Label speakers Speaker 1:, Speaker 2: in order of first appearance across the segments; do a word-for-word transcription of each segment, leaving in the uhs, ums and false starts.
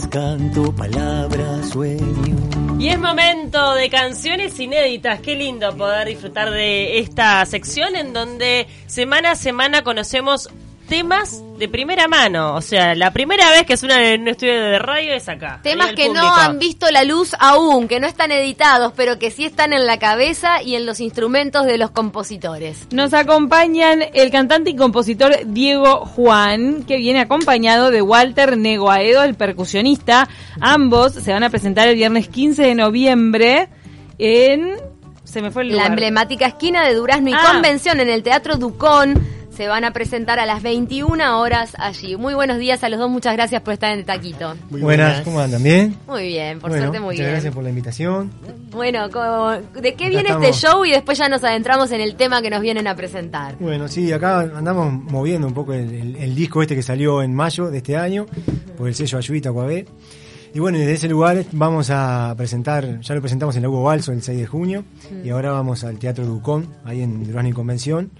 Speaker 1: canto, palabra, sueño.
Speaker 2: Y es momento de canciones inéditas. Qué lindo poder disfrutar de esta sección en donde semana a semana conocemos temas de primera mano. O sea, la primera vez que suenan en un estudio de radio es acá.
Speaker 3: Temas que no han visto la luz aún, que no están editados, pero que sí están en la cabeza y en los instrumentos de los compositores.
Speaker 4: Nos acompañan el cantante y compositor Diego Juan, que viene acompañado de Walter Negoaedo, el percusionista. Ambos se van a presentar el viernes quince de noviembre en... Se me fue el lugar.
Speaker 3: La emblemática esquina de Durazno y
Speaker 4: ah.
Speaker 3: Convención en el Teatro Ducón. Se van a presentar a las veintiuna horas allí. Muy buenos días a los dos, muchas gracias por estar en el Taquito.
Speaker 5: Muy buenas, buenas. ¿Cómo andan? ¿Bien?
Speaker 3: Muy bien, por
Speaker 5: bueno,
Speaker 3: suerte muy
Speaker 5: muchas
Speaker 3: bien.
Speaker 5: Muchas gracias por la invitación.
Speaker 3: Bueno, como, ¿de qué
Speaker 5: acá
Speaker 3: viene
Speaker 5: estamos.
Speaker 3: este show? Y después ya nos adentramos en el tema que nos vienen a presentar.
Speaker 5: Bueno, sí, acá andamos moviendo un poco el, el, el disco este que salió en mayo de este año, por el sello Ayuita Coabé. Y bueno, desde ese lugar vamos a presentar, ya lo presentamos en la Hugo Balso el seis de junio, mm. y ahora vamos al Teatro Ducón, ahí en Durazno y Convención.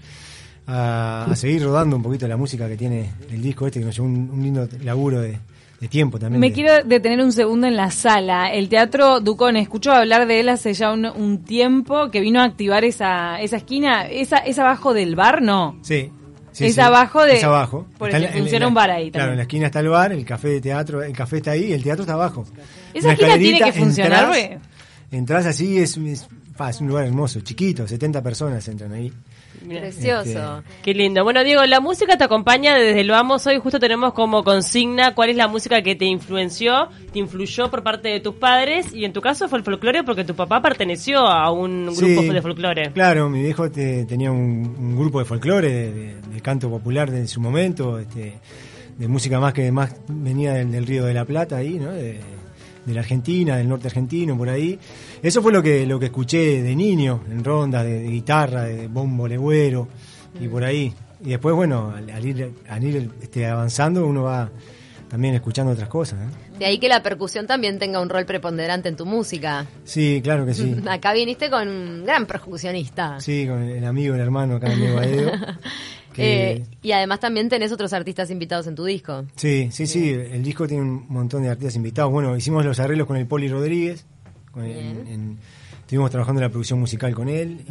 Speaker 5: A, a seguir rodando un poquito la música que tiene el disco este, que nos llevó un, un lindo laburo de, de tiempo también.
Speaker 4: Me
Speaker 5: de...
Speaker 4: quiero detener un segundo en la sala. El Teatro Ducón, escucho hablar de él hace ya un, un tiempo, que vino a activar esa esa esquina. ¿Esa, ¿Es abajo del bar? No.
Speaker 5: Sí. Sí,
Speaker 4: es
Speaker 5: sí,
Speaker 4: abajo de...
Speaker 5: es abajo.
Speaker 4: Porque
Speaker 5: está en,
Speaker 4: funciona
Speaker 5: en la,
Speaker 4: un bar ahí también.
Speaker 5: Claro, en la esquina está el bar, el café de teatro, el café está ahí y el teatro está abajo.
Speaker 4: Esa
Speaker 5: Una
Speaker 4: esquina tiene que funcionar,
Speaker 5: entrás,
Speaker 4: güey.
Speaker 5: Entrás así, es, es, es un lugar hermoso, chiquito, setenta personas entran ahí.
Speaker 3: Precioso.
Speaker 5: Este...
Speaker 2: Qué lindo. Bueno, Diego, la música te acompaña desde Lo Amos Hoy. Justo tenemos como consigna cuál es la música que te influenció, te influyó por parte de tus padres, y en tu caso fue el folclore porque tu papá perteneció a un grupo
Speaker 5: sí,
Speaker 2: de folclore.
Speaker 5: Claro, mi viejo te, tenía un, un grupo de folclore, de, de, de canto popular de su momento, este, de música más que más venía del, del Río de la Plata ahí, ¿no? De, de la Argentina, del norte argentino, por ahí. Eso fue lo que lo que escuché de niño, en rondas, de, de guitarra, de bombo legüero, y por ahí. Y después, bueno, al, al ir, al ir este, avanzando, uno va también escuchando otras cosas, ¿eh?
Speaker 3: De ahí que la percusión también tenga un rol preponderante en tu música.
Speaker 5: Sí, claro que sí.
Speaker 3: Acá viniste con un gran percusionista.
Speaker 5: Sí, con el amigo, el hermano acá en Edo.
Speaker 3: Que... Eh, y además también tenés otros artistas invitados en tu disco.
Speaker 5: Sí, sí, sí, el disco tiene un montón de artistas invitados. Bueno, hicimos los arreglos con el Poli Rodríguez, con el, en, en, estuvimos trabajando en la producción musical con él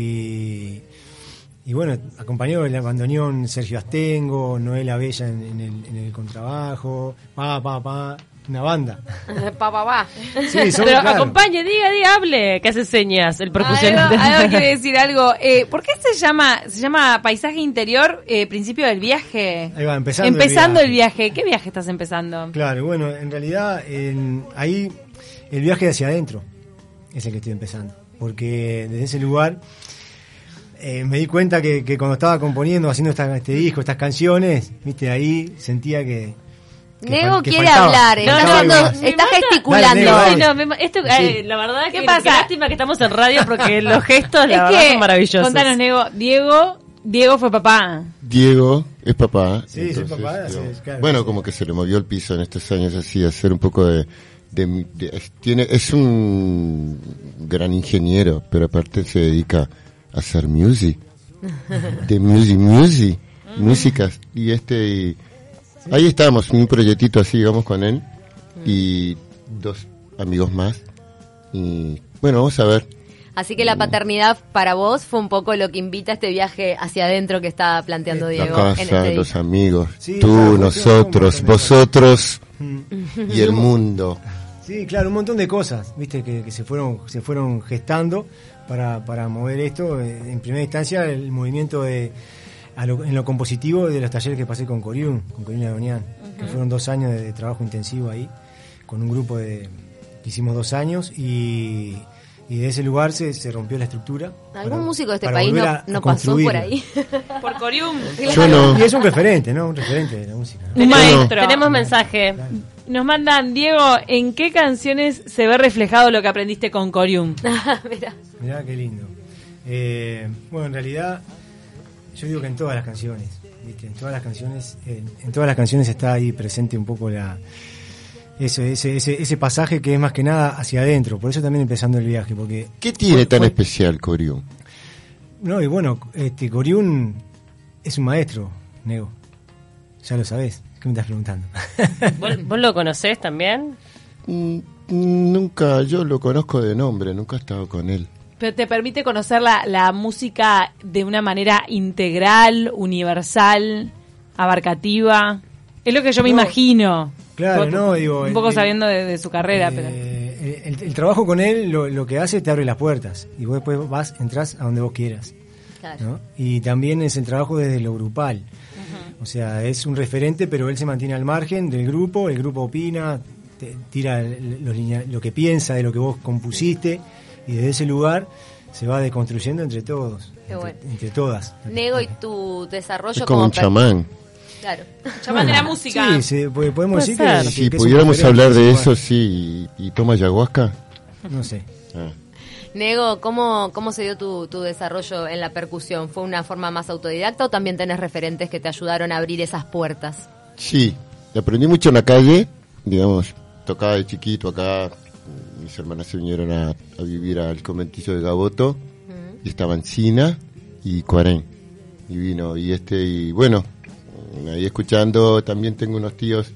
Speaker 5: y, y bueno, acompañó el bandoneón Sergio Astengo, Noel Abella en, en, el, en el contrabajo, pa, pa, pa, una banda.
Speaker 3: Pa, pa, pa.
Speaker 5: Sí, son,
Speaker 2: pero
Speaker 5: claro.
Speaker 2: Acompañe, diga, diga, hable, que hace señas el percusionista.
Speaker 4: Algo, algo quiere decir algo. Eh, ¿Por qué se llama se llama Paisaje Interior, eh, principio del viaje?
Speaker 5: Ahí va, empezando,
Speaker 4: empezando
Speaker 5: el,
Speaker 4: el
Speaker 5: viaje.
Speaker 4: viaje. ¿Qué viaje estás empezando?
Speaker 5: Claro, bueno, en realidad en, ahí el viaje hacia adentro es el que estoy empezando, porque desde ese lugar eh, me di cuenta que, que cuando estaba componiendo, haciendo esta, este disco, estas canciones, viste, ahí sentía que
Speaker 3: Nego
Speaker 5: que
Speaker 3: quiere
Speaker 5: faltaba,
Speaker 3: hablar, está, haciendo, está gesticulando.
Speaker 5: Dale, Nego, dale.
Speaker 2: No, me, esto,
Speaker 5: Sí.
Speaker 2: eh, la verdad
Speaker 4: ¿Qué
Speaker 2: que,
Speaker 4: pasa?
Speaker 2: que lástima que estamos en radio porque los gestos la
Speaker 4: Es
Speaker 2: verdad
Speaker 4: que,
Speaker 2: son maravillosos.
Speaker 4: contanos, Nego, Diego, Diego fue papá.
Speaker 6: Diego es papá.
Speaker 5: Sí,
Speaker 6: entonces,
Speaker 5: soy papá,
Speaker 6: yo-
Speaker 5: sí, claro.
Speaker 6: bueno, como que se le movió el piso en estos años así, hacer un poco de... de- de- es- tiene Es un gran ingeniero, pero aparte se dedica a hacer music. De music, music, músicas. Y este... y ahí estábamos, un proyectito así, digamos, con él. Y dos amigos más. Y bueno, vamos a ver.
Speaker 3: Así que la paternidad para vos fue un poco lo que invita a este viaje hacia adentro que está planteando
Speaker 6: La
Speaker 3: Diego.
Speaker 6: casa,
Speaker 3: en este
Speaker 6: los
Speaker 3: disco.
Speaker 6: amigos,
Speaker 5: Sí,
Speaker 6: tú,
Speaker 5: claro,
Speaker 6: nosotros,
Speaker 5: funciona
Speaker 6: vosotros
Speaker 5: Mm.
Speaker 6: y el mundo.
Speaker 5: Sí, claro, un montón de cosas, viste, que, que se fueron se fueron gestando para, para mover esto. Eh, En primera instancia, el movimiento de a lo- en lo compositivo de los talleres que pasé con Coriún, con Corina Donián, uh-huh. que fueron dos años de, de trabajo intensivo ahí, con un grupo de que hicimos dos años y, y de ese lugar se, se rompió la estructura.
Speaker 3: ¿Algún
Speaker 5: para-
Speaker 3: músico de este
Speaker 5: para
Speaker 3: país
Speaker 5: volver
Speaker 3: no,
Speaker 5: a-
Speaker 3: no
Speaker 5: a
Speaker 3: pasó por
Speaker 5: construirlo.
Speaker 3: ahí?
Speaker 4: Por Corium.
Speaker 6: Yo no.
Speaker 5: Y es un referente, ¿no? Un referente de la música, ¿no?
Speaker 4: Un
Speaker 2: Tenemos-
Speaker 4: maestro.
Speaker 2: Tenemos mensaje.
Speaker 5: Claro.
Speaker 4: Nos mandan, Diego, ¿en qué canciones se ve reflejado lo que aprendiste con Corium?
Speaker 3: Mirá.
Speaker 5: Mirá qué lindo. Eh, bueno, en realidad, yo digo que en todas las canciones, ¿viste? En todas las canciones, en, en todas las canciones está ahí presente un poco la eso, ese, ese, ese pasaje que es más que nada hacia adentro. Por eso también empezando el viaje, porque
Speaker 6: ¿Qué tiene
Speaker 5: fue-
Speaker 6: tan
Speaker 5: fue-
Speaker 6: especial Corium?
Speaker 5: No, y bueno, este Coriún es un maestro, Nego. Ya lo sabés. ¿Qué me estás preguntando?
Speaker 2: ¿Vos, vos lo conocés también?
Speaker 6: Mm, nunca, yo lo conozco de nombre, nunca he estado con él.
Speaker 4: Pero te permite conocer la, la música de una manera integral, universal, abarcativa. Es lo que yo me
Speaker 5: No,
Speaker 4: imagino.
Speaker 5: claro,
Speaker 4: Vos-
Speaker 5: no, digo,
Speaker 4: Un
Speaker 5: el-
Speaker 4: poco
Speaker 5: el-
Speaker 4: sabiendo de, de su carrera,
Speaker 5: Eh,
Speaker 4: pero...
Speaker 5: el, el trabajo con él lo, lo que hace te abre las puertas y vos después vas, entras a donde vos quieras.
Speaker 3: Claro.
Speaker 5: ¿no? Y también es el trabajo desde lo grupal. O sea, es un referente, pero él se mantiene al margen del grupo, el grupo opina, te tira los linea- lo que piensa de lo que vos compusiste y desde ese lugar se va deconstruyendo entre todos,
Speaker 3: Qué
Speaker 5: entre,
Speaker 3: bueno.
Speaker 5: entre todas.
Speaker 3: Nego, y tu desarrollo
Speaker 6: Es como un
Speaker 3: per-
Speaker 6: chamán.
Speaker 3: Claro.
Speaker 4: Chamán de la música.
Speaker 5: Sí, se- po- podemos
Speaker 2: Puede
Speaker 5: decir
Speaker 2: ser.
Speaker 5: que,
Speaker 6: Si
Speaker 5: que es un
Speaker 6: pudiéramos
Speaker 5: referente
Speaker 6: hablar de
Speaker 5: igual.
Speaker 6: eso, sí, y, y toma ayahuasca.
Speaker 5: No sé.
Speaker 6: Ah.
Speaker 3: Nego, ¿cómo, ¿cómo se dio tu, tu desarrollo en la percusión? ¿Fue una forma más autodidacta o también tenés referentes que te ayudaron a abrir esas puertas?
Speaker 6: Sí, aprendí mucho en la calle, digamos, tocaba de chiquito acá, mis hermanas se vinieron a, a vivir al conventillo de Gaboto, y estaban Sina y Cuarén, y vino, y este, y bueno, ahí escuchando, también tengo unos tíos,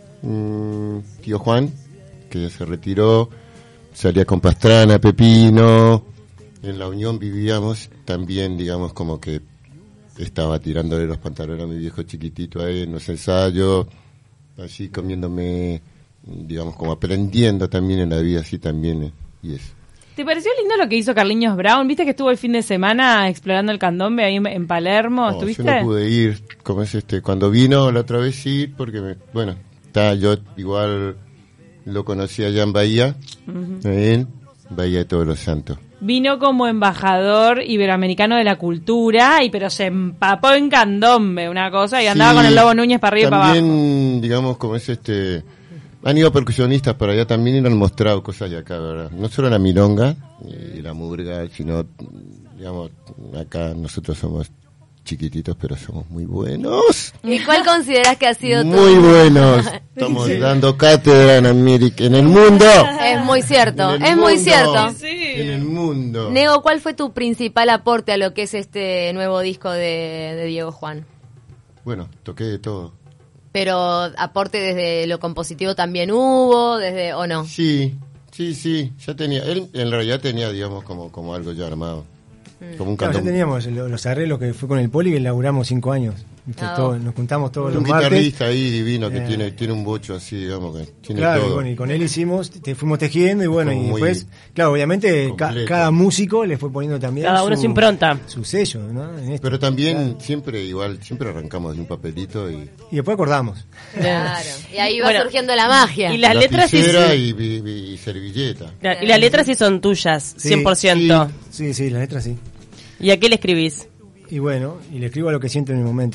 Speaker 6: mmm, tío Juan, que ya se retiró, salía con Pastrana, Pepino, en la Unión vivíamos, también digamos como que estaba tirándole los pantalones a mi viejo chiquitito ahí en los ensayos, así comiéndome, digamos, como aprendiendo también en la vida, así también, eh, y eso.
Speaker 4: ¿Te pareció lindo lo que hizo Carliños Brown? ¿Viste que estuvo el fin de semana explorando el candombe ahí en, en Palermo?
Speaker 6: No,
Speaker 4: ¿Estuviste?
Speaker 6: yo no pude ir, como es este, cuando vino la otra vez sí, porque, me, bueno, está, yo igual lo conocí allá en Bahía, en Bahía de Todos los Santos.
Speaker 4: Vino como embajador iberoamericano de la cultura, y pero se empapó en candombe, una cosa, y andaba
Speaker 6: Sí,
Speaker 4: con el Lobo Núñez para arriba y para abajo.
Speaker 6: También, digamos, como es este, han ido percusionistas para allá también y nos han mostrado cosas de acá, ¿verdad? No solo la milonga y la murga, sino, digamos, acá nosotros somos chiquititos, pero somos muy buenos.
Speaker 3: ¿Y cuál considerás que ha sido tu...?
Speaker 6: Muy buenos. Estamos dando cátedra en América, en el mundo.
Speaker 3: Es muy cierto,
Speaker 6: En el
Speaker 3: es muy
Speaker 6: mundo.
Speaker 3: cierto.
Speaker 6: En el mundo.
Speaker 3: Nego, ¿cuál fue tu principal aporte a lo que es este nuevo disco de, de Diego Juan?
Speaker 6: Bueno, toqué de todo.
Speaker 3: Pero aporte desde lo compositivo también hubo, desde o no.
Speaker 6: Sí, sí, sí. Ya tenía, él en realidad tenía, digamos, como, como algo ya armado. Como un
Speaker 5: Claro, ya
Speaker 6: cantón.
Speaker 5: teníamos lo- los arreglos que fue con el Poli, que laburamos cinco años. ¿Viste?
Speaker 3: Ah,
Speaker 5: Todo-
Speaker 3: bueno.
Speaker 5: nos juntamos todos
Speaker 6: Un
Speaker 5: los martes.
Speaker 6: guitarrista ahí divino que
Speaker 5: Eh.
Speaker 6: tiene, tiene un bocho así, digamos, que tiene
Speaker 5: Claro, y,
Speaker 6: todo.
Speaker 5: bueno, y con él hicimos, te fuimos tejiendo y bueno,
Speaker 6: Como
Speaker 5: y
Speaker 6: muy
Speaker 5: después, claro, obviamente ca-
Speaker 6: completo.
Speaker 5: cada músico le fue poniendo también
Speaker 2: Cada uno su impronta.
Speaker 5: su sello, ¿no? En esto.
Speaker 6: Pero también siempre igual, siempre arrancamos de un papelito y
Speaker 5: Y después acordamos.
Speaker 3: Claro. Y ahí va
Speaker 2: Bueno,
Speaker 3: surgiendo la magia.
Speaker 2: Y las letras sí,
Speaker 6: lapicera y, y- y servilleta.
Speaker 2: y las letras sí son tuyas,
Speaker 5: Sí,
Speaker 2: cien por ciento.
Speaker 5: Sí, sí, las letras sí.
Speaker 2: ¿Y a qué le escribís?
Speaker 5: Y bueno, y le escribo a lo que siento en el momento.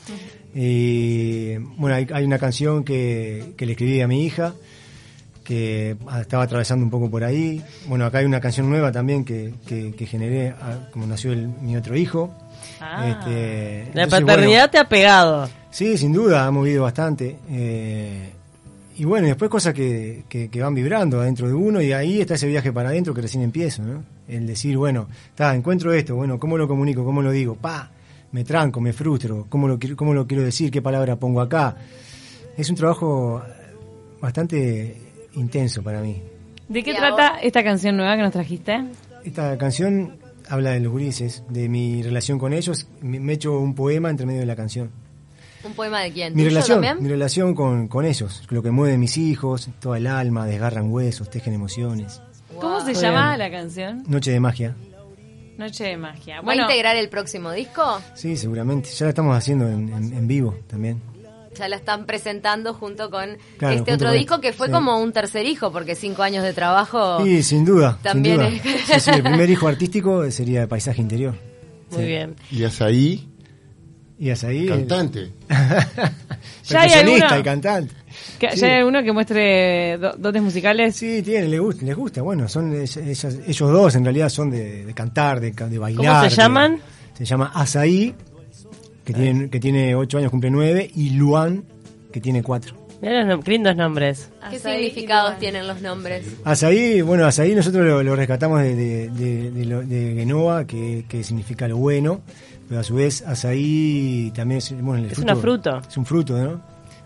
Speaker 5: Y bueno, hay, hay una canción que, que le escribí a mi hija, que estaba atravesando un poco por ahí. Bueno, acá hay una canción nueva también que, que, que generé a- como nació el- mi otro hijo.
Speaker 2: Ah,
Speaker 5: Este,
Speaker 2: la
Speaker 5: entonces,
Speaker 2: paternidad
Speaker 5: bueno,
Speaker 2: te ha pegado.
Speaker 5: sí, sin duda, ha movido bastante. Eh, y bueno, y después cosas que, que, que van vibrando adentro de uno, y ahí está ese viaje para adentro que recién empiezo, ¿no? El decir, bueno, está, encuentro esto, bueno, ¿cómo lo comunico? ¿Cómo lo digo? Pa, me tranco, me frustro, ¿cómo lo, quiero- cómo lo quiero decir? ¿Qué palabra pongo acá? Es un trabajo bastante intenso para mí.
Speaker 4: ¿De qué
Speaker 3: ¿Y
Speaker 4: trata
Speaker 3: ahora?
Speaker 4: esta canción nueva que nos trajiste?
Speaker 5: Esta canción habla de los gurises, de mi relación con ellos. Me me echo un poema entre medio de la canción.
Speaker 3: ¿Un poema de quién?
Speaker 5: Mi
Speaker 3: ¿Tuyo
Speaker 5: relación,
Speaker 3: también?
Speaker 5: mi relación con, con ellos, lo que mueve mis hijos, toda el alma, desgarran huesos, tejen emociones.
Speaker 4: ¿Cómo
Speaker 3: Wow.
Speaker 4: se
Speaker 5: Muy
Speaker 4: llama
Speaker 5: bien.
Speaker 4: la canción?
Speaker 5: Noche de magia.
Speaker 4: Noche de magia.
Speaker 3: ¿Va
Speaker 4: Bueno,
Speaker 3: a integrar el próximo disco?
Speaker 5: Sí, seguramente. Ya la estamos haciendo en, en- en vivo también.
Speaker 3: Ya la están presentando junto con
Speaker 5: Claro,
Speaker 3: este
Speaker 5: junto
Speaker 3: otro
Speaker 5: con
Speaker 3: disco
Speaker 5: este,
Speaker 3: que fue
Speaker 5: sí.
Speaker 3: como un tercer hijo, porque cinco años de trabajo.
Speaker 5: Sí, sin duda.
Speaker 3: También
Speaker 5: sin duda.
Speaker 3: es-
Speaker 5: Sí, sí, el primer hijo artístico sería de Paisaje Interior.
Speaker 2: Muy
Speaker 5: Sí.
Speaker 2: bien.
Speaker 6: Y Azaí,
Speaker 5: Y hasta ahí.
Speaker 6: cantante.
Speaker 4: ¿Ya hay
Speaker 5: Percusionista
Speaker 4: alguno?
Speaker 5: y cantante.
Speaker 4: que-
Speaker 5: Sí.
Speaker 4: ¿ya hay alguno que muestre do- dotes musicales?
Speaker 5: Sí, tiene, les gusta, les gusta. Bueno, son es- ellas- ellos dos en realidad son de, de cantar, de, ca- de bailar.
Speaker 2: ¿Cómo se
Speaker 5: de-
Speaker 2: llaman?
Speaker 5: se llama Azaí, que tiene, que tiene ocho años, cumple nueve, y Luan, que tiene cuatro.
Speaker 2: Mirá los nom- qué lindos nombres.
Speaker 3: ¿Qué
Speaker 4: Azaí y
Speaker 3: significados
Speaker 4: Luan.
Speaker 3: tienen los nombres?
Speaker 5: Azaí, bueno, Azaí nosotros lo, lo rescatamos de, de, de, de lo- de Genoa, que, que significa lo bueno, pero a su vez Azaí también es, bueno, el
Speaker 2: Es
Speaker 5: fruto,
Speaker 2: una fruta.
Speaker 5: Es un fruto, ¿no?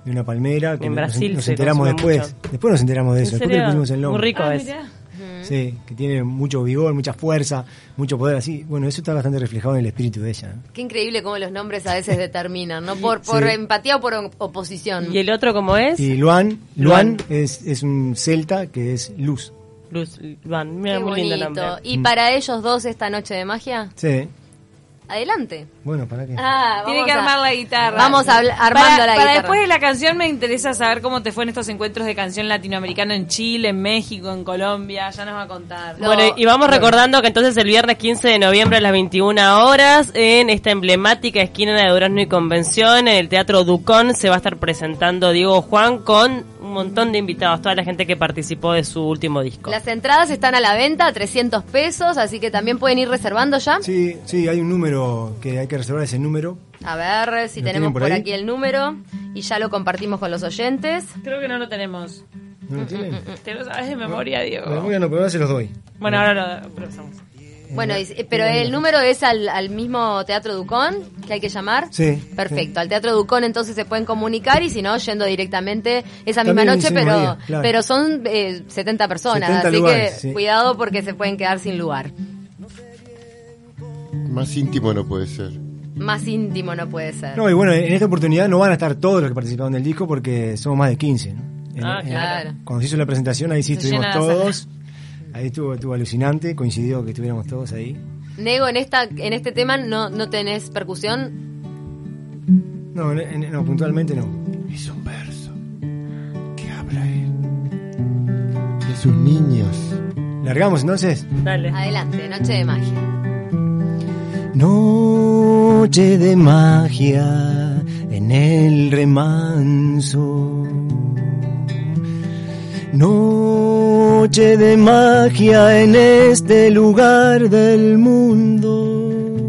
Speaker 5: de una palmera. Que
Speaker 2: En
Speaker 5: nos,
Speaker 2: Brasil
Speaker 5: nos
Speaker 2: se
Speaker 5: enteramos
Speaker 2: consume
Speaker 5: después.
Speaker 2: mucho.
Speaker 5: Después nos enteramos de
Speaker 2: ¿En
Speaker 5: eso. Después
Speaker 2: serio?
Speaker 5: le pusimos el nombre.
Speaker 2: Muy rico
Speaker 4: Ah,
Speaker 2: es.
Speaker 4: mirá.
Speaker 5: Sí, que tiene mucho vigor, mucha fuerza, mucho poder así. Bueno, eso está bastante reflejado en el espíritu de ella, ¿no?
Speaker 3: Qué increíble cómo los nombres a veces determinan, ¿no? Por, por
Speaker 5: Sí.
Speaker 3: empatía o por o- oposición.
Speaker 2: ¿Y el otro cómo es?
Speaker 5: Y Luan,
Speaker 2: Luan.
Speaker 5: Luan es, es un celta que es luz.
Speaker 2: Luz, Luan, mira,
Speaker 3: Qué
Speaker 2: muy lindo
Speaker 3: bonito.
Speaker 2: nombre.
Speaker 3: ¿Y para ellos dos esta noche de magia?
Speaker 5: Sí.
Speaker 3: Adelante.
Speaker 5: Bueno, ¿para qué?
Speaker 3: Ah,
Speaker 4: Tiene
Speaker 3: vamos
Speaker 4: que
Speaker 3: a-
Speaker 4: armar la guitarra.
Speaker 3: Vamos a habla- armando
Speaker 4: para,
Speaker 3: la
Speaker 4: para
Speaker 3: guitarra.
Speaker 4: después de la canción me interesa saber cómo te fue en estos encuentros de canción latinoamericana en Chile, en México, en Colombia. Ya nos va a contar.
Speaker 3: Lo-
Speaker 2: Bueno, y vamos recordando que entonces el viernes quince de noviembre a las veintiuna horas en esta emblemática esquina de Durazno y Convención, en el Teatro Ducón, se va a estar presentando Diego Juan con un montón de invitados, toda la gente que participó de su último disco.
Speaker 3: Las entradas están a la venta a trescientos pesos, así que también pueden ir reservando ya.
Speaker 5: Sí, sí, hay un número que hay que reservar ese número.
Speaker 3: A ver si
Speaker 5: ¿Lo
Speaker 3: tenemos
Speaker 5: tienen por
Speaker 3: por
Speaker 5: ahí?
Speaker 3: aquí el número y ya lo compartimos con los oyentes.
Speaker 4: Creo que no lo tenemos.
Speaker 5: ¿No lo tienen?
Speaker 4: Te lo sabes de memoria, Diego.
Speaker 5: Bueno, bueno, pero ahora se los doy.
Speaker 4: Bueno, ahora lo procesamos.
Speaker 3: Bueno, y- pero el número es al, al mismo Teatro Ducón que hay que llamar.
Speaker 5: Sí.
Speaker 3: Perfecto, al Teatro Ducón entonces se pueden comunicar y si no, yendo directamente esa misma
Speaker 5: También
Speaker 3: noche,
Speaker 5: ese mismo
Speaker 3: pero
Speaker 5: día, claro.
Speaker 3: pero son eh, setenta personas,
Speaker 5: setenta
Speaker 3: así
Speaker 5: lugares,
Speaker 3: que
Speaker 5: sí.
Speaker 3: cuidado porque se pueden quedar sin lugar.
Speaker 6: Más íntimo no puede ser.
Speaker 3: Más íntimo no puede ser.
Speaker 5: No, y bueno, en esta oportunidad no van a estar todos los que participaron del disco porque somos más de quince, ¿no? En-
Speaker 2: Ah,
Speaker 5: en-
Speaker 3: claro.
Speaker 5: Cuando se hizo la presentación, ahí sí
Speaker 4: Se
Speaker 5: estuvimos
Speaker 4: llena la
Speaker 5: todos. Ahí estuvo, estuvo alucinante, coincidió que estuviéramos todos ahí.
Speaker 3: Nego, en esta en este tema no, no tenés percusión.
Speaker 5: No, en- en- no, puntualmente no.
Speaker 6: Es un verso que habla él de sus niños.
Speaker 5: ¿Largamos entonces?
Speaker 2: Dale.
Speaker 3: Adelante, Noche de Magia.
Speaker 1: Noche de magia en el remanso. Noche de magia en este lugar del mundo.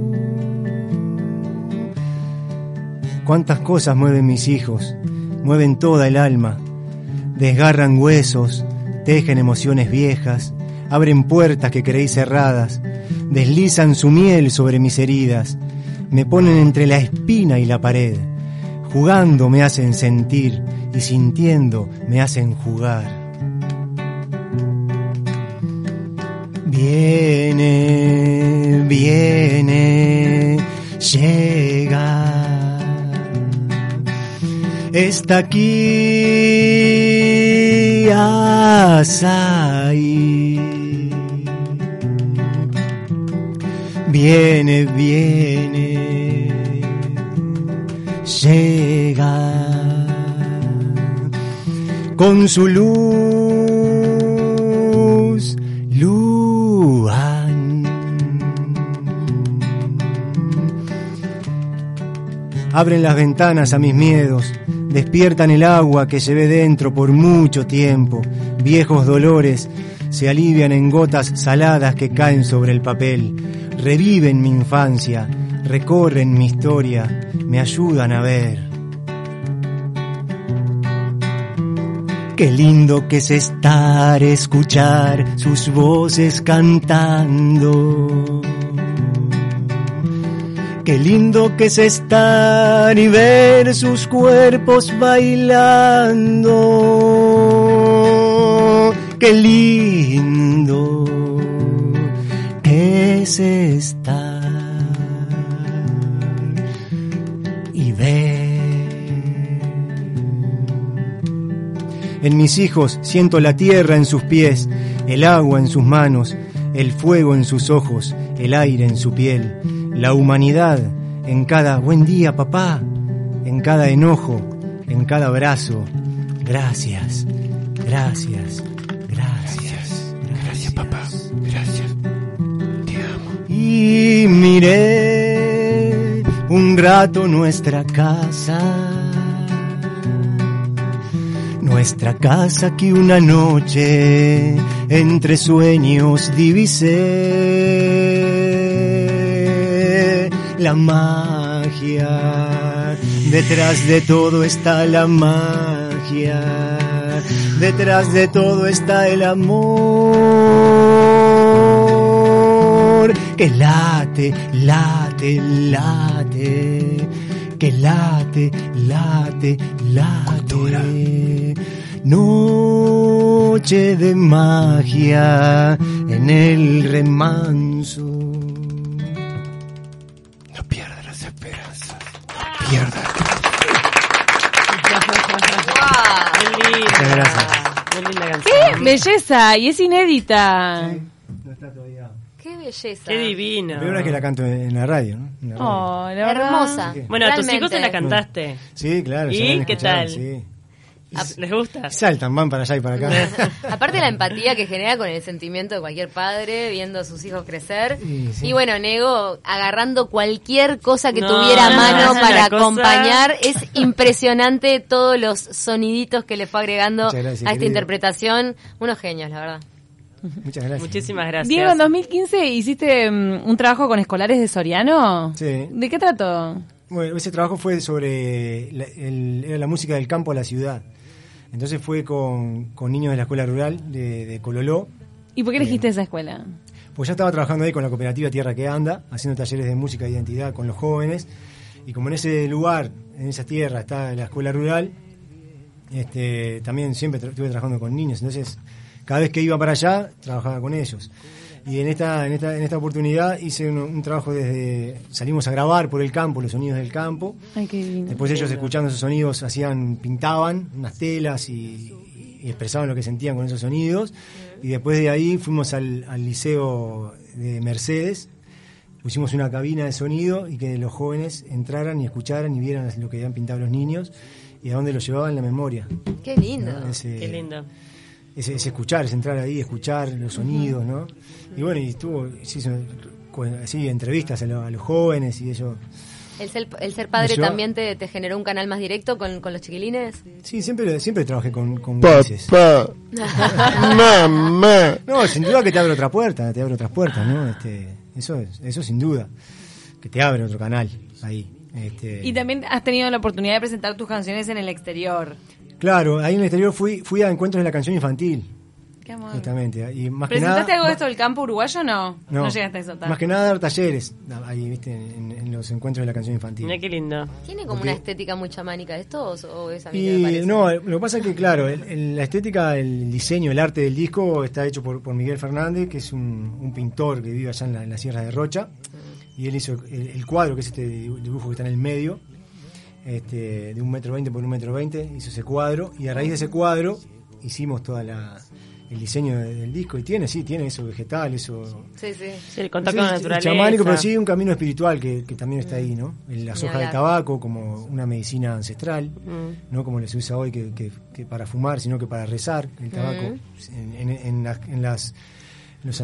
Speaker 5: Cuántas cosas mueven mis hijos, mueven toda el alma, desgarran huesos, tejen emociones viejas, abren puertas que creí cerradas, deslizan su miel sobre mis heridas, me ponen entre la espina y la pared, jugando me hacen sentir y sintiendo me hacen jugar. Viene, viene, llega, está aquí, Asaí. Viene, viene, llega, con su luz, Luan. Abren las ventanas a mis miedos, despiertan el agua que llevé dentro por mucho tiempo. Viejos dolores se alivian en gotas saladas que caen sobre el papel. Reviven mi infancia, recorren mi historia, me ayudan a ver. Qué lindo que es estar, escuchar sus voces cantando. Qué lindo que es estar y ver sus cuerpos bailando. Qué lindo que es estar y ver. En mis hijos siento la tierra en sus pies, el agua en sus manos, el fuego en sus ojos, el aire en su piel, la humanidad en cada buen día, papá, en cada enojo, en cada abrazo. Gracias, gracias, gracias, gracias, papá, gracias. Te amo. Y miré un rato nuestra casa. Nuestra casa que una noche entre sueños divisé. La magia, detrás de todo está la magia, detrás de todo está el amor que late, late, late
Speaker 1: que late, late, late. Noche de magia en el remanso. No pierdas las esperanzas. Pierdas.
Speaker 2: Qué linda.
Speaker 5: Muchas gracias.
Speaker 2: Muy linda
Speaker 4: ¡Qué
Speaker 2: canción.
Speaker 4: belleza! Y es inédita.
Speaker 5: Sí, no está todavía.
Speaker 3: Qué belleza.
Speaker 2: Qué divino.
Speaker 5: La primera vez que la canto en la radio, ¿no? En la radio.
Speaker 4: Oh, la verdad.
Speaker 3: Hermosa.
Speaker 5: Sí.
Speaker 2: Bueno, a tus
Speaker 3: Realmente.
Speaker 2: hijos se la cantaste.
Speaker 5: Sí, claro.
Speaker 2: ¿Y
Speaker 5: ya la han
Speaker 2: qué
Speaker 5: escuchado,
Speaker 2: tal?
Speaker 5: Sí.
Speaker 2: ¿Les gusta?
Speaker 5: Saltan, van para allá y para acá.
Speaker 3: Aparte la empatía que genera con el sentimiento de cualquier padre viendo a sus hijos crecer.
Speaker 5: Sí, sí.
Speaker 3: Y bueno, Nego agarrando cualquier cosa que
Speaker 2: No,
Speaker 3: tuviera a
Speaker 2: no,
Speaker 3: mano
Speaker 2: es una
Speaker 3: para
Speaker 2: cosa-
Speaker 3: acompañar. Es impresionante todos los soniditos que le fue agregando
Speaker 5: Muchas gracias,
Speaker 3: a esta
Speaker 5: querido.
Speaker 3: interpretación. Unos genios, la verdad.
Speaker 5: Muchas gracias.
Speaker 2: Muchísimas gracias.
Speaker 4: Diego, en dos mil quince hiciste mm, un trabajo con escolares de Soriano.
Speaker 5: Sí.
Speaker 4: ¿De qué trató?
Speaker 5: Bueno, ese trabajo fue sobre la, el- era la música del campo a la ciudad. Entonces fue con, con niños de la escuela rural de, de Cololó.
Speaker 4: ¿Y por qué elegiste esa escuela?
Speaker 5: Pues ya estaba trabajando ahí con la cooperativa Tierra que Anda, haciendo talleres de música e identidad con los jóvenes. Y como en ese lugar, en esa tierra, está la escuela rural, este, también siempre tra- estuve trabajando con niños. Entonces, cada vez que iba para allá, trabajaba con ellos. Y en esta, en esta, en esta oportunidad hice un, un trabajo desde... Salimos a grabar por el campo, los sonidos del campo.
Speaker 4: Ay, qué lindo.
Speaker 5: Después ellos escuchando esos sonidos hacían, pintaban unas telas y, y expresaban lo que sentían con esos sonidos. Y después de ahí fuimos al, al liceo de Mercedes, pusimos una cabina de sonido y que los jóvenes entraran y escucharan y vieran lo que habían pintado los niños y a dónde los llevaban la memoria.
Speaker 3: Qué lindo.
Speaker 5: ¿no? Ese,
Speaker 2: Qué lindo.
Speaker 5: ese, ese escuchar, ese entrar ahí, escuchar los sonidos, ¿no? Y bueno, y estuvo, se hizo así, entrevistas a, lo- a los jóvenes y ellos...
Speaker 3: ¿El ser, el ser padre
Speaker 5: Yo-
Speaker 3: también te, te generó un canal más directo con, con los chiquilines?
Speaker 5: Sí, siempre, siempre trabajé con, con gurises.
Speaker 6: Papá, mamá.
Speaker 5: No, sin duda que te abre otra puerta, te abre otras puertas, ¿no? Este, eso, es- eso sin duda, que te abre otro canal ahí. Este,
Speaker 4: Y también has tenido la oportunidad de presentar tus canciones en el exterior.
Speaker 5: Claro, ahí en el exterior fui, fui a encuentros de la canción infantil,
Speaker 4: Qué amor.
Speaker 5: justamente. Y más que nada,
Speaker 4: ¿Presentaste algo de esto del campo uruguayo o no?
Speaker 5: No,
Speaker 4: llegaste a eso. ta.
Speaker 5: más que nada dar talleres, ahí, viste, en, en los encuentros de la canción infantil.
Speaker 2: Mira qué lindo.
Speaker 3: ¿Tiene como
Speaker 5: Porque-
Speaker 3: una estética muy chamánica esto o, o es a mí que me
Speaker 5: Y
Speaker 3: parece?
Speaker 5: no, lo que pasa es que, claro, el- el- la estética, el diseño, el arte del disco está hecho por, por Miguel Fernández, que es un, un pintor que vive allá en la, en la Sierra de Rocha, y él hizo el, el cuadro, que es este dibujo que está en el medio, este, de un metro veinte por un metro veinte, hizo ese cuadro, y a raíz de ese cuadro hicimos toda la el diseño de- del disco, y tiene, sí, tiene eso vegetal, eso...
Speaker 3: Sí, sí.
Speaker 2: Sí, el contacto
Speaker 5: Sí,
Speaker 2: con la
Speaker 5: sí,
Speaker 2: naturaleza.
Speaker 5: chamánico, pero sí un camino espiritual que, que también está ahí, ¿no? En las
Speaker 3: Ni
Speaker 5: hojas de
Speaker 3: hablar.
Speaker 5: tabaco como una medicina ancestral,
Speaker 2: Mm.
Speaker 5: no como se usa hoy que, que- que para fumar, sino que para rezar. El tabaco en, en- en las, en las- los,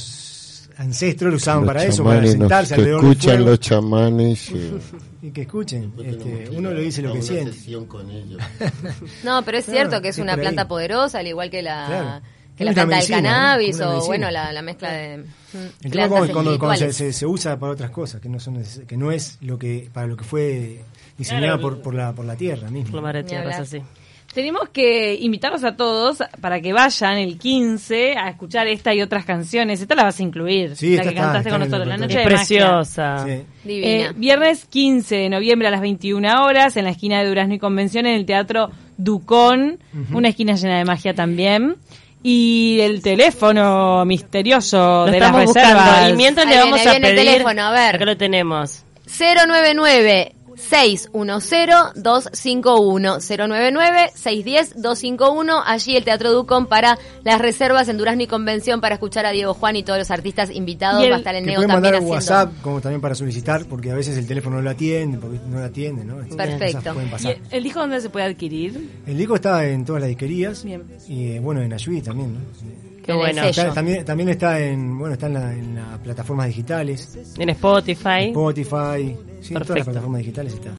Speaker 5: los ancestros lo usaban
Speaker 6: Los
Speaker 5: para eso, para
Speaker 6: chamanes, nos-
Speaker 5: sentarse
Speaker 6: que
Speaker 5: alrededor del
Speaker 6: escuchan
Speaker 5: fuego
Speaker 6: los chamanes. eh,
Speaker 5: y que escuchen.
Speaker 6: después tenemos
Speaker 5: Este,
Speaker 6: que ir
Speaker 5: uno
Speaker 6: a-
Speaker 5: lo dice lo
Speaker 6: a
Speaker 5: que
Speaker 6: una
Speaker 5: siente.
Speaker 6: sesión con ellos.
Speaker 3: No, pero es
Speaker 5: Claro,
Speaker 3: cierto que es
Speaker 5: es
Speaker 3: una
Speaker 5: por ahí.
Speaker 3: planta poderosa, al igual que la,
Speaker 5: Claro.
Speaker 3: que la
Speaker 5: Es una
Speaker 3: planta
Speaker 5: medicina,
Speaker 3: del
Speaker 5: ¿no?
Speaker 3: cannabis
Speaker 5: Una
Speaker 3: o
Speaker 5: medicina.
Speaker 3: bueno, la, la mezcla de mm,
Speaker 5: El tema
Speaker 3: plantas
Speaker 5: cuando, cuando, cuando se,
Speaker 3: espirituales.
Speaker 5: se- se usa para otras cosas, que no son neces- que no es lo que para lo que fue diseñada
Speaker 2: Claro.
Speaker 5: por, por la por la tierra misma.
Speaker 2: La madre
Speaker 3: Ni
Speaker 2: tierra es
Speaker 3: hablar.
Speaker 2: así.
Speaker 4: Tenemos que invitarlos a todos para que vayan el quince a escuchar esta y otras canciones. Esta la vas a incluir,
Speaker 5: Sí,
Speaker 4: la
Speaker 5: esta
Speaker 4: que
Speaker 5: está,
Speaker 4: cantaste
Speaker 5: está
Speaker 4: con
Speaker 5: en el
Speaker 4: nosotros, la noche
Speaker 2: Es
Speaker 4: de magia.
Speaker 2: preciosa.
Speaker 5: Sí.
Speaker 3: Divina.
Speaker 4: Eh, viernes quince de noviembre a las veintiuna horas en la esquina de Durazno y Convención en el Teatro Ducón, una esquina llena de magia también. Y el teléfono misterioso
Speaker 2: Lo
Speaker 4: de las
Speaker 2: estamos
Speaker 4: reservas.
Speaker 2: buscando. Y mientras
Speaker 3: Ahí
Speaker 2: le
Speaker 3: viene,
Speaker 2: vamos
Speaker 3: ahí
Speaker 2: a
Speaker 3: viene el
Speaker 2: pedir.
Speaker 3: teléfono, a ver.
Speaker 2: Acá lo tenemos.
Speaker 3: cero nueve nueve seis uno cero dos cinco uno cero nueve nueve seis uno cero dos cinco uno. Allí el Teatro Ducón para las reservas en Durazno y Convención para escuchar a Diego Juan y todos los artistas invitados.
Speaker 4: Y el-
Speaker 3: Va a estar el
Speaker 5: Que
Speaker 3: Neo
Speaker 5: pueden
Speaker 3: también
Speaker 5: mandar
Speaker 3: haciendo.
Speaker 5: WhatsApp como también para solicitar, porque a veces el teléfono no lo atiende, porque no lo atiende, ¿no? Estas
Speaker 3: Perfecto.
Speaker 5: cosas pueden
Speaker 4: ¿Y
Speaker 5: pasar.
Speaker 4: el, el disco dónde se puede adquirir?
Speaker 5: El disco está en todas las disquerías.
Speaker 4: Bien.
Speaker 5: Y eh, bueno, en Ayuí también, ¿no?
Speaker 2: Qué
Speaker 3: En el
Speaker 2: bueno.
Speaker 3: sello.
Speaker 5: Está- también, también está en, bueno, está en, la- en las plataformas digitales,
Speaker 2: En Spotify.
Speaker 5: Spotify, sí, en todas las
Speaker 2: Perfecto.
Speaker 5: plataformas digitales está.